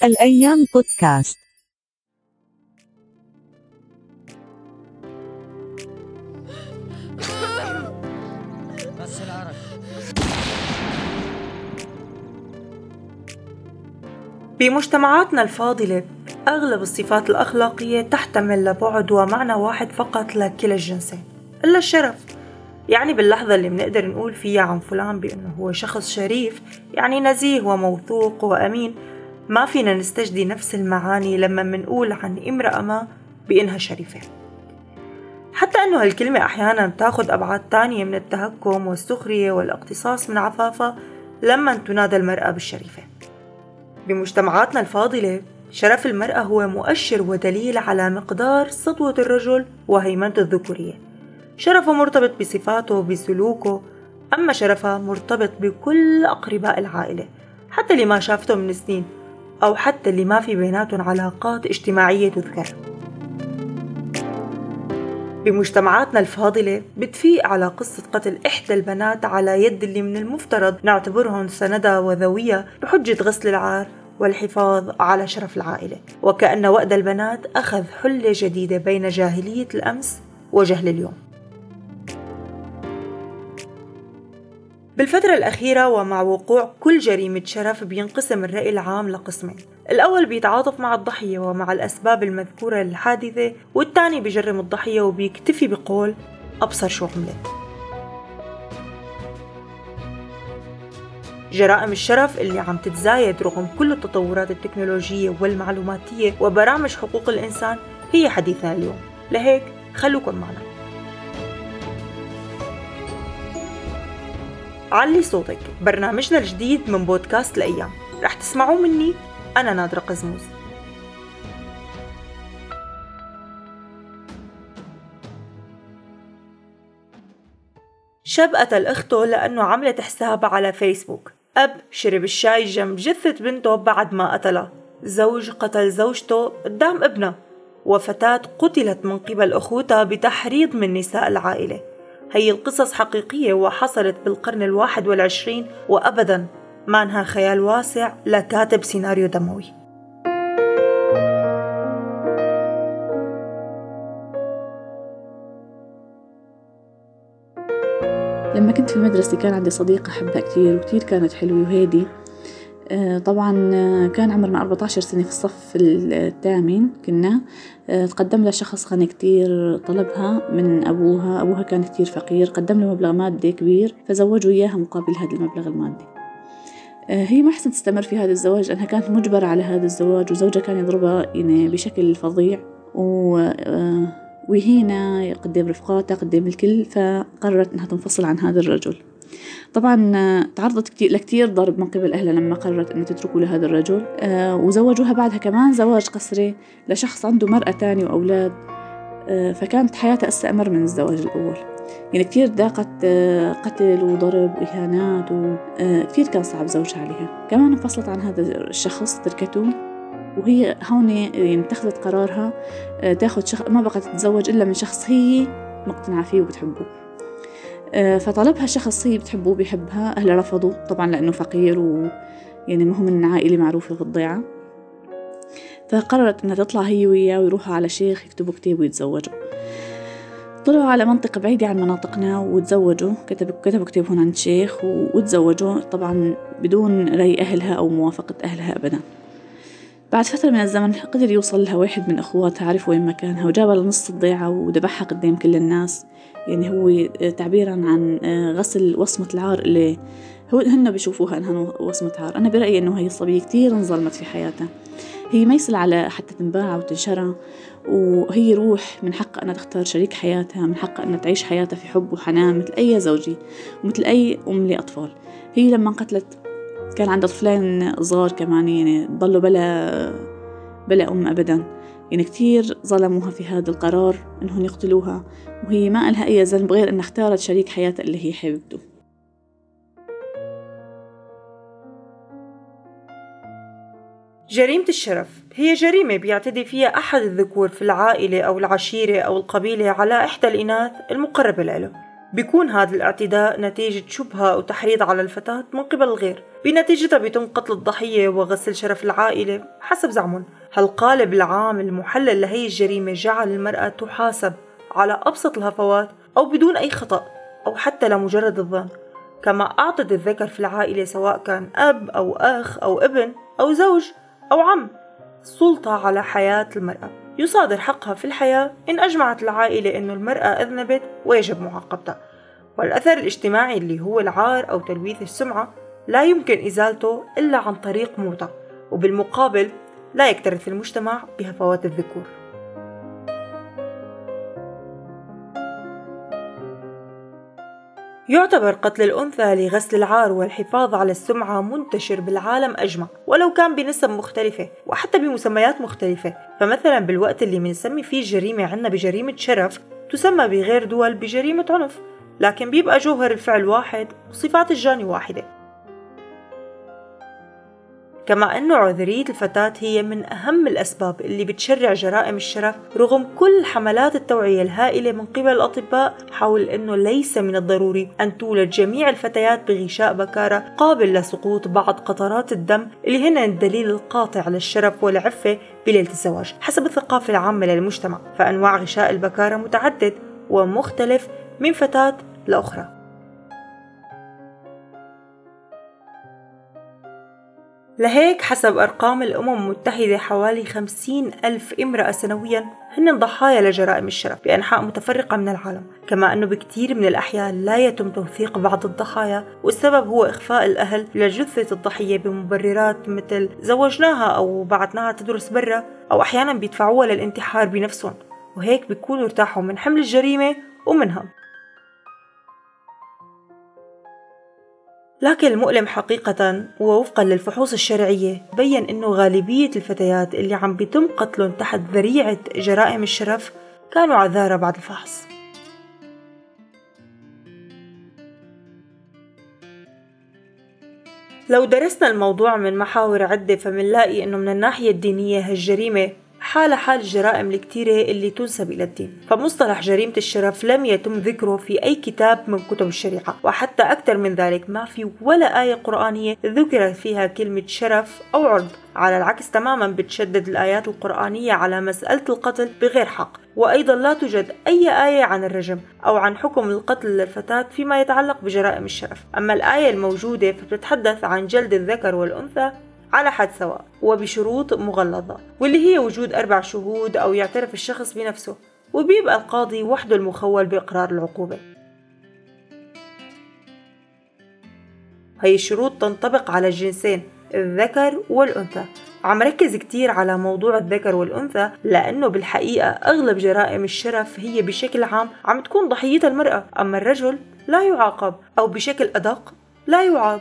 الأيام بودكاست. بمجتمعاتنا الفاضلة أغلب الصفات الأخلاقية تحتمل لبعد ومعنى واحد فقط لكلا الجنسين، إلا الشرف. يعني باللحظة اللي منقدر نقول فيها عن فلان بأنه هو شخص شريف، يعني نزيه وموثوق وأمين، ما فينا نستجدي نفس المعاني لما منقول عن امرأة ما بأنها شريفة. حتى أنه هالكلمة أحيانا بتاخد أبعاد تانية من التهكم والسخرية والاقتصاص من عفافة لما تنادى المرأة بالشريفة. بمجتمعاتنا الفاضلة شرف المرأة هو مؤشر ودليل على مقدار سطوة الرجل وهيمنة الذكورية. شرفه مرتبط بصفاته وبسلوكه، أما شرفها مرتبط بكل أقرباء العائلة، حتى اللي ما شافته من سنين أو حتى اللي ما في بيناتهم علاقات اجتماعية تذكر. بمجتمعاتنا الفاضلة بتفيق على قصة قتل إحدى البنات على يد اللي من المفترض نعتبرهم سندها وذوية بحجة غسل العار والحفاظ على شرف العائلة، وكأن وأد البنات أخذ حلة جديدة بين جاهلية الأمس وجهل اليوم. بالفترة الأخيرة ومع وقوع كل جريمة شرف بينقسم الرأي العام لقسمين، الأول بيتعاطف مع الضحية ومع الأسباب المذكورة للحادثة، والثاني بيجرم الضحية وبيكتفي بقول أبصر شو عملت. جرائم الشرف اللي عم تتزايد رغم كل التطورات التكنولوجية والمعلوماتية وبرامج حقوق الإنسان هي حديثنا اليوم، لهيك خلوكم معنا. علي صوتك، برنامجنا الجديد من بودكاست الأيام، رح تسمعوا مني أنا نادرة قزموز. شاب قتل أخته لأنه عملت حساب على فيسبوك. أب شرب الشاي جنب جثة بنته بعد ما قتلها. زوج قتل زوجته قدام ابنه. وفتاة قتلت من قبل أخوتها بتحريض من نساء العائلة. هي القصص حقيقية وحصلت بالقرن 21 وأبداً ما انها خيال واسع لكاتب سيناريو دموي. لما كنت في المدرسة كان عندي صديقة أحبها كتير وكتير كانت حلوة وهادي. طبعا كان عمرنا 14 سنة في الصف الثامن كنا. تقدم لها شخص غني كتير، طلبها من أبوها كان كتير فقير، قدم له مبلغ مادي كبير فزوجوا إياها مقابل هذا المبلغ المادي. هي ما حسن تستمر في هذا الزواج لأنها كانت مجبرة على هذا الزواج، وزوجها كان يضربها يعني بشكل فظيع وهنا قدام رفقاتها قدام الكل، فقررت أنها تنفصل عن هذا الرجل. طبعا تعرضت لكتير ضرب من قبل أهلها لما قررت أن تتركوا لهذا الرجل. وزوجوها بعدها كمان زواج قسري لشخص عنده مرأة تاني وأولاد. فكانت حياتها أستأمر من الزواج الأول، يعني كتير ضاقت قتل وضرب وإهانات وكتير كان صعب زوجها عليها. كمان انفصلت عن هذا الشخص، تركته، وهي هون يعني اتخذت قرارها تاخد ما بقت تتزوج إلا من شخص هي مقتنعة فيه وبتحبه. فطلبها شخص هي بتحبه وبيحبها، أهلها رفضوا طبعا لأنه فقير ويعني ما هو من عائلة معروفة في الضيعة. فقررت أنها تطلع هي وياه ويروحوا على شيخ يكتبوا كتاب ويتزوجوا. طلعوا على منطقة بعيدة عن مناطقنا وتزوجوا، كتبوا كتاب هون عند شيخ وتزوجوا طبعا بدون رأي أهلها أو موافقة أهلها أبدا. بعد فترة من الزمن قدر يوصل لها واحد من أخواتها، عارف وين مكانها، وجابها لنص الضيعة وذبحها قدام كل الناس. يعني هو تعبيرا عن غسل وصمة العار اللي هن بيشوفوها أنها وصمة عار. أنا برأيي أنه هي الصبية كتير انظلمت في حياتها، هي ما يصل على حتى تنباع وتنشرى، وهي روح من حقها أنها تختار شريك حياتها، من حقها أنها تعيش حياتها في حب وحنان مثل أي زوجي ومثل أي أم لأطفال. هي لما قتلت كان عندها طفلين صغار كمان، يعني ضلوا بلا أم أبدا. يعني كتير ظلموها في هذا القرار إنهم يقتلوها، وهي ما لها أي ذنب غير أن اختارت شريك حياتها اللي هي حبيبته. جريمة الشرف هي جريمة بيعتدي فيها أحد الذكور في العائلة أو العشيرة أو القبيلة على إحدى الإناث المقربة له، بيكون هذا الاعتداء نتيجة شبهة أو تحريض على الفتاة من قبل الغير، بنتيجتها بيتم قتل الضحية وغسل شرف العائلة حسب زعمهم. هالقالب العام المحلل لهي الجريمة جعل المرأة تحاسب على أبسط الهفوات أو بدون أي خطأ أو حتى لمجرد الظن، كما أعطت الذكر في العائلة سواء كان أب أو أخ أو ابن أو زوج أو عم سلطة على حياة المرأة، يصادر حقها في الحياة إن أجمعت العائلة إنه المرأة أذنبت ويجب معاقبتها. والأثر الاجتماعي اللي هو العار أو تلويث السمعة لا يمكن إزالته إلا عن طريق موتة، وبالمقابل لا يكترث المجتمع بهفوات الذكور. يعتبر قتل الأنثى لغسل العار والحفاظ على السمعة منتشر بالعالم أجمع، ولو كان بنسب مختلفة وحتى بمسميات مختلفة. فمثلا بالوقت اللي منسمي فيه الجريمة عنا بجريمة شرف، تسمى بغير دول بجريمة عنف، لكن بيبقى جوهر الفعل واحد وصفات الجاني واحدة. كما أنه عذرية الفتاة هي من أهم الأسباب اللي بتشرع جرائم الشرف، رغم كل حملات التوعية الهائلة من قبل الأطباء حول أنه ليس من الضروري أن تولد جميع الفتيات بغشاء بكارة قابل لسقوط بعض قطرات الدم اللي هن الدليل القاطع للشرف والعفة بليلة الزواج. حسب الثقافة العامة للمجتمع، فأنواع غشاء البكارة متعدد ومختلف من فتاة لأخرى. لهيك حسب أرقام الأمم المتحدة حوالي 50,000 امرأة سنوياً هن ضحايا لجرائم الشرف بأنحاء متفرقة من العالم. كما أنه بكثير من الأحيان لا يتم توثيق بعض الضحايا، والسبب هو إخفاء الأهل لجثة الضحية بمبررات مثل زوجناها أو بعتناها تدرس برا، أو أحياناً بيدفعوها للانتحار بنفسهم، وهيك بيكونوا ارتاحوا من حمل الجريمة ومنها. لكن المؤلم حقيقة ووفقا للفحوص الشرعية بيّن إنه غالبية الفتيات اللي عم بيتم قتلهم تحت ذريعة جرائم الشرف كانوا عذارى بعد الفحص. لو درسنا الموضوع من محاور عدة فمنلاقي إنه من الناحية الدينية هالجريمة حال الجرائم الكتيرة اللي تنسب إلى الدين، فمصطلح جريمة الشرف لم يتم ذكره في أي كتاب من كتب الشريعة، وحتى أكثر من ذلك ما في ولا آية قرآنية ذكرت فيها كلمة شرف أو عرض. على العكس تماما بتشدد الآيات القرآنية على مسألة القتل بغير حق، وأيضا لا توجد أي آية عن الرجم أو عن حكم القتل للفتاة فيما يتعلق بجرائم الشرف. أما الآية الموجودة فبتتحدث عن جلد الذكر والأنثى على حد سواء وبشروط مغلظة، واللي هي وجود 4 شهود أو يعترف الشخص بنفسه، وبيبقى القاضي وحده المخول بإقرار العقوبة. هاي الشروط تنطبق على الجنسين الذكر والأنثى. عم ركز كتير على موضوع الذكر والأنثى لأنه بالحقيقة أغلب جرائم الشرف هي بشكل عام عم تكون ضحيتها المرأة، أما الرجل لا يعاقب، أو بشكل أدق لا يعاق.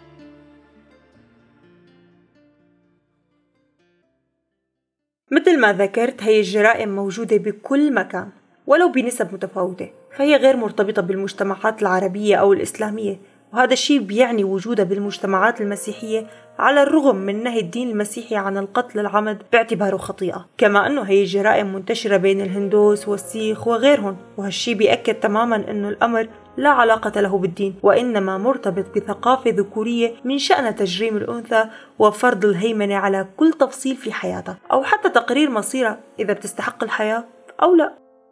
مثل ما ذكرت هي الجرائم موجودة بكل مكان ولو بنسب متفاوتة، فهي غير مرتبطة بالمجتمعات العربية أو الإسلامية، وهذا الشيء بيعني وجودها بالمجتمعات المسيحية على الرغم من نهي الدين المسيحي عن القتل العمد باعتباره خطيئة. كما أنه هي الجرائم منتشرة بين الهندوس والسيخ وغيرهم، وهالشيء بيأكد تماما أنه الأمر لا علاقة له بالدين، وإنما مرتبط بثقافة ذكورية من شأن تجريم الأنثى وفرض الهيمنة على كل تفصيل في حياتها، أو حتى تقرير مصيرها إذا بتستحق الحياة أو لا.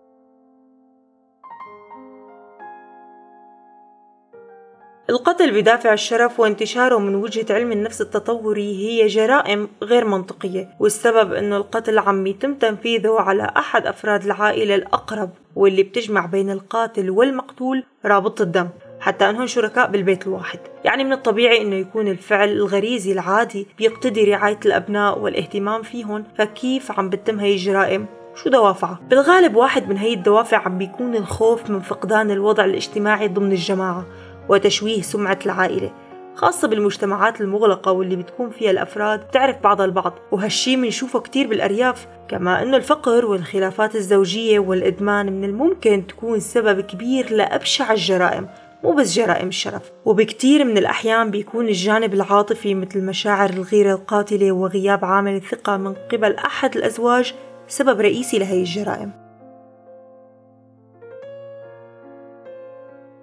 القتل بدافع الشرف وانتشاره من وجهة علم النفس التطوري هي جرائم غير منطقية، والسبب أنه القتل عم يتم تنفيذه على أحد أفراد العائلة الأقرب، واللي بتجمع بين القاتل والمقتول رابطة الدم حتى أنهم شركاء بالبيت الواحد. يعني من الطبيعي أنه يكون الفعل الغريزي العادي بيقتضي رعاية الأبناء والاهتمام فيهم، فكيف عم بتتم هاي الجرائم؟ شو دوافعها؟ بالغالب واحد من هاي الدوافع عم بيكون الخوف من فقدان الوضع الاجتماعي ضمن الجماعة وتشويه سمعة العائلة، خاصة بالمجتمعات المغلقة واللي بتكون فيها الأفراد تعرف بعض البعض، وهالشي منشوفه كتير بالأرياف. كما أنه الفقر والخلافات الزوجية والإدمان من الممكن تكون سبب كبير لأبشع الجرائم، مو بس جرائم الشرف. وبكتير من الأحيان بيكون الجانب العاطفي مثل مشاعر الغيرة القاتلة وغياب عامل الثقة من قبل أحد الأزواج سبب رئيسي لهي الجرائم.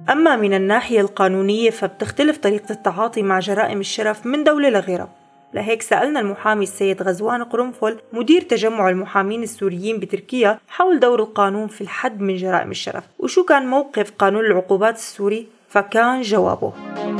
أما من الناحية القانونية فبتختلف طريقة التعاطي مع جرائم الشرف من دولة لغيرها. لهيك سألنا المحامي السيد غزوان قرنفل مدير تجمع المحامين السوريين بتركيا حول دور القانون في الحد من جرائم الشرف وشو كان موقف قانون العقوبات السوري، فكان جوابه: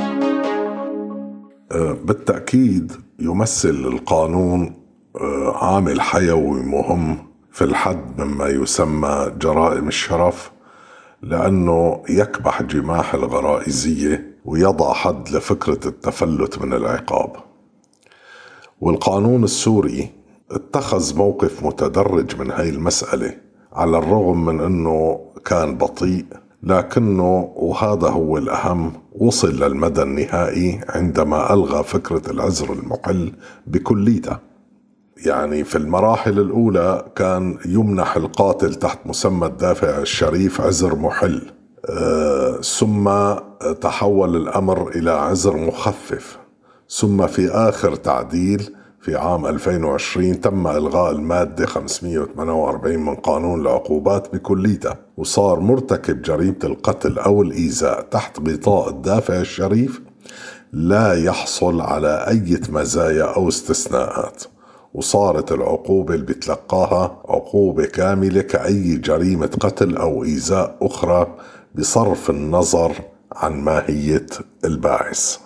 بالتأكيد يمثل القانون عامل حيوي مهم في الحد مما يسمى جرائم الشرف، لأنه يكبح جماح الغرائزية ويضع حد لفكرة التفلت من العقاب. والقانون السوري اتخذ موقف متدرج من هاي المسألة، على الرغم من أنه كان بطيء، لكنه وهذا هو الأهم وصل للمدى النهائي عندما ألغى فكرة العذر المحل بكليته. يعني في المراحل الأولى كان يمنح القاتل تحت مسمى الدافع الشريف عذر محل، ثم تحول الأمر إلى عذر مخفف، ثم في آخر تعديل في عام 2020 تم إلغاء المادة 548 من قانون العقوبات بكليته، وصار مرتكب جريمة القتل أو الإيذاء تحت غطاء الدافع الشريف لا يحصل على أي مزايا أو استثناءات، وصارت العقوبة اللي بتلقاها عقوبة كاملة كأي جريمة قتل أو إيذاء أخرى بصرف النظر عن ماهية الباعث.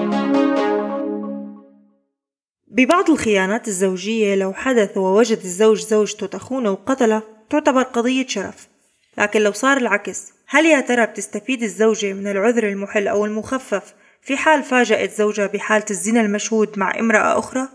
ببعض الخيانات الزوجية لو حدث ووجد الزوج زوجته تخونه وقتله تعتبر قضية شرف، لكن لو صار العكس، هل يا ترى بتستفيد الزوجة من العذر المحل أو المخفف في حال فاجأت زوجها بحالة الزنا المشهود مع امرأة أخرى؟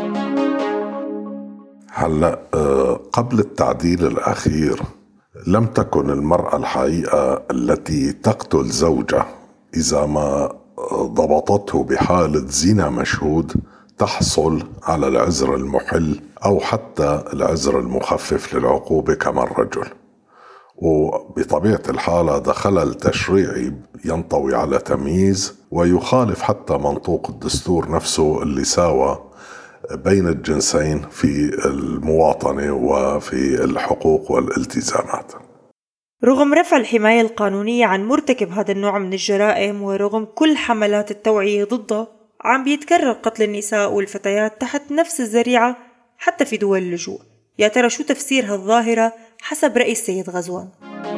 هلأ قبل التعديل الأخير لم تكن المرأة الحقيقة التي تقتل زوجها إذا ما ضبطته بحالة زنا مشهود تحصل على العذر المحل أو حتى العذر المخفف للعقوبة كما الرجل. وبطبيعة الحال هذا خلل تشريعي ينطوي على تمييز ويخالف حتى منطوق الدستور نفسه اللي ساوى بين الجنسين في المواطنة وفي الحقوق والالتزامات. رغم رفع الحماية القانونية عن مرتكب هذا النوع من الجرائم ورغم كل حملات التوعية ضده، عم بيتكرر قتل النساء والفتيات تحت نفس الذريعة حتى في دول اللجوء. يا ترى شو تفسير هالظاهرة حسب رأي السيد غزوان؟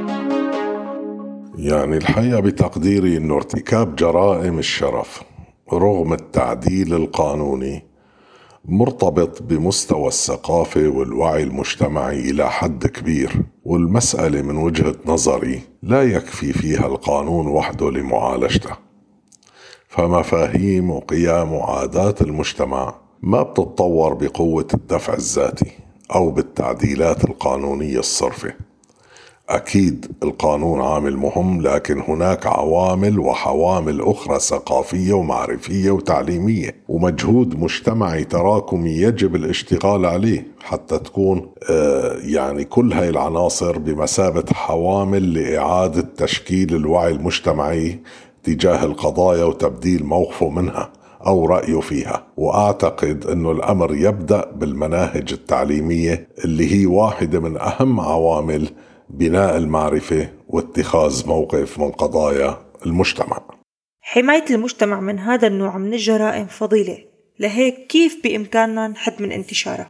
يعني الحقيقة بتقديري أنه ارتكاب جرائم الشرف رغم التعديل القانوني مرتبط بمستوى الثقافة والوعي المجتمعي إلى حد كبير، والمسألة من وجهة نظري لا يكفي فيها القانون وحده لمعالجته، فمفاهيم وقيم وعادات المجتمع ما بتتطور بقوة الدفع الذاتي أو بالتعديلات القانونية الصرفة. أكيد القانون عامل مهم، لكن هناك عوامل وحوامل أخرى ثقافية ومعرفية وتعليمية ومجهود مجتمعي تراكمي يجب الاشتغال عليه حتى تكون يعني كل هاي العناصر بمثابة حوامل لإعادة تشكيل الوعي المجتمعي تجاه القضايا وتبديل موقفه منها أو رأيه فيها. وأعتقد أنه الأمر يبدأ بالمناهج التعليمية اللي هي واحدة من أهم عوامل بناء المعرفة واتخاذ موقف من قضايا المجتمع. حماية المجتمع من هذا النوع من الجرائم فضيلة، لهيك كيف بإمكاننا نحد من انتشاره؟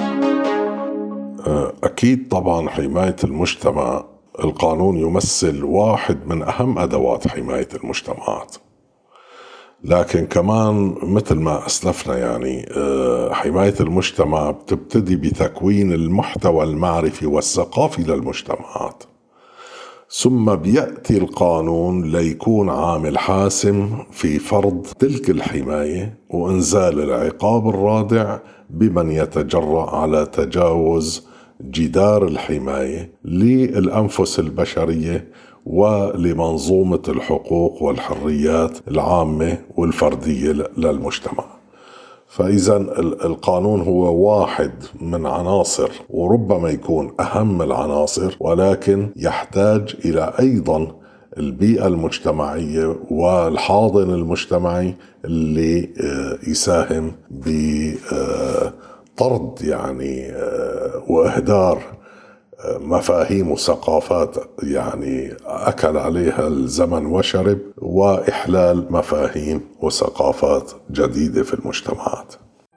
أكيد طبعا حماية المجتمع القانون يمثل واحد من أهم أدوات حماية المجتمعات، لكن كمان مثل ما أسلفنا يعني حماية المجتمع بتبتدي بتكوين المحتوى المعرفي والثقافي للمجتمعات، ثم بيأتي القانون ليكون عامل حاسم في فرض تلك الحماية وإنزال العقاب الرادع بمن يتجرأ على تجاوز جدار الحماية للأنفس البشرية ولمنظومة الحقوق والحريات العامة والفردية للمجتمع. فإذا القانون هو واحد من عناصر وربما يكون أهم العناصر، ولكن يحتاج إلى أيضا البيئة المجتمعية والحاضن المجتمعي اللي يساهم بطرد يعني وإهدار مفاهيم وثقافات يعني أكل عليها الزمن وشرب، وإحلال مفاهيم وثقافات جديدة في المجتمعات.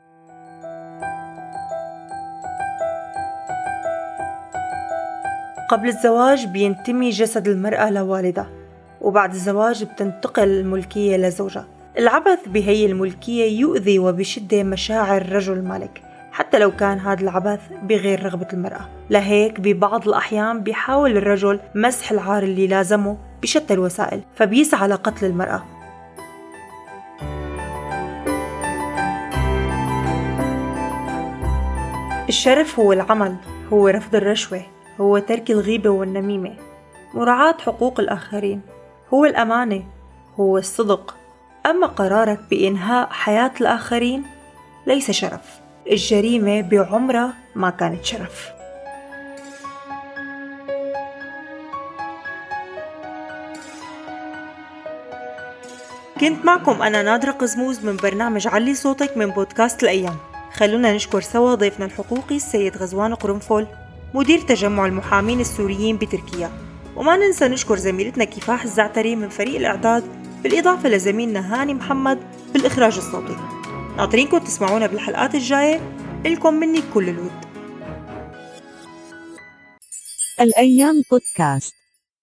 قبل الزواج بينتمي جسد المرأة لوالدها، وبعد الزواج بتنتقل الملكية لزوجها. العبث بهي الملكية يؤذي وبشدة مشاعر الرجل المالك، حتى لو كان هذا العبث بغير رغبة المرأة. لهيك ببعض الأحيان بيحاول الرجل مسح العار اللي لازمه بشتى الوسائل، فبيسعى لقتل المرأة. الشرف هو العمل، هو رفض الرشوة، هو ترك الغيبة والنميمة، مراعاة حقوق الآخرين، هو الأمانة، هو الصدق. أما قرارك بإنهاء حياة الآخرين ليس شرف. الجريمة بعمرها ما كانت شرف. كنت معكم أنا نادرة قزموز من برنامج علي صوتك من بودكاست الأيام. خلونا نشكر سوا ضيفنا الحقوقي السيد غزوان قرنفل، مدير تجمع المحامين السوريين بتركيا، وما ننسى نشكر زميلتنا كفاح الزعتري من فريق الإعداد، بالإضافة لزميلنا هاني محمد بالإخراج الصوتي. ناطرينكم تسمعونا بالحلقات الجاية. إلكم مني كل الود. الأيام بودكاست.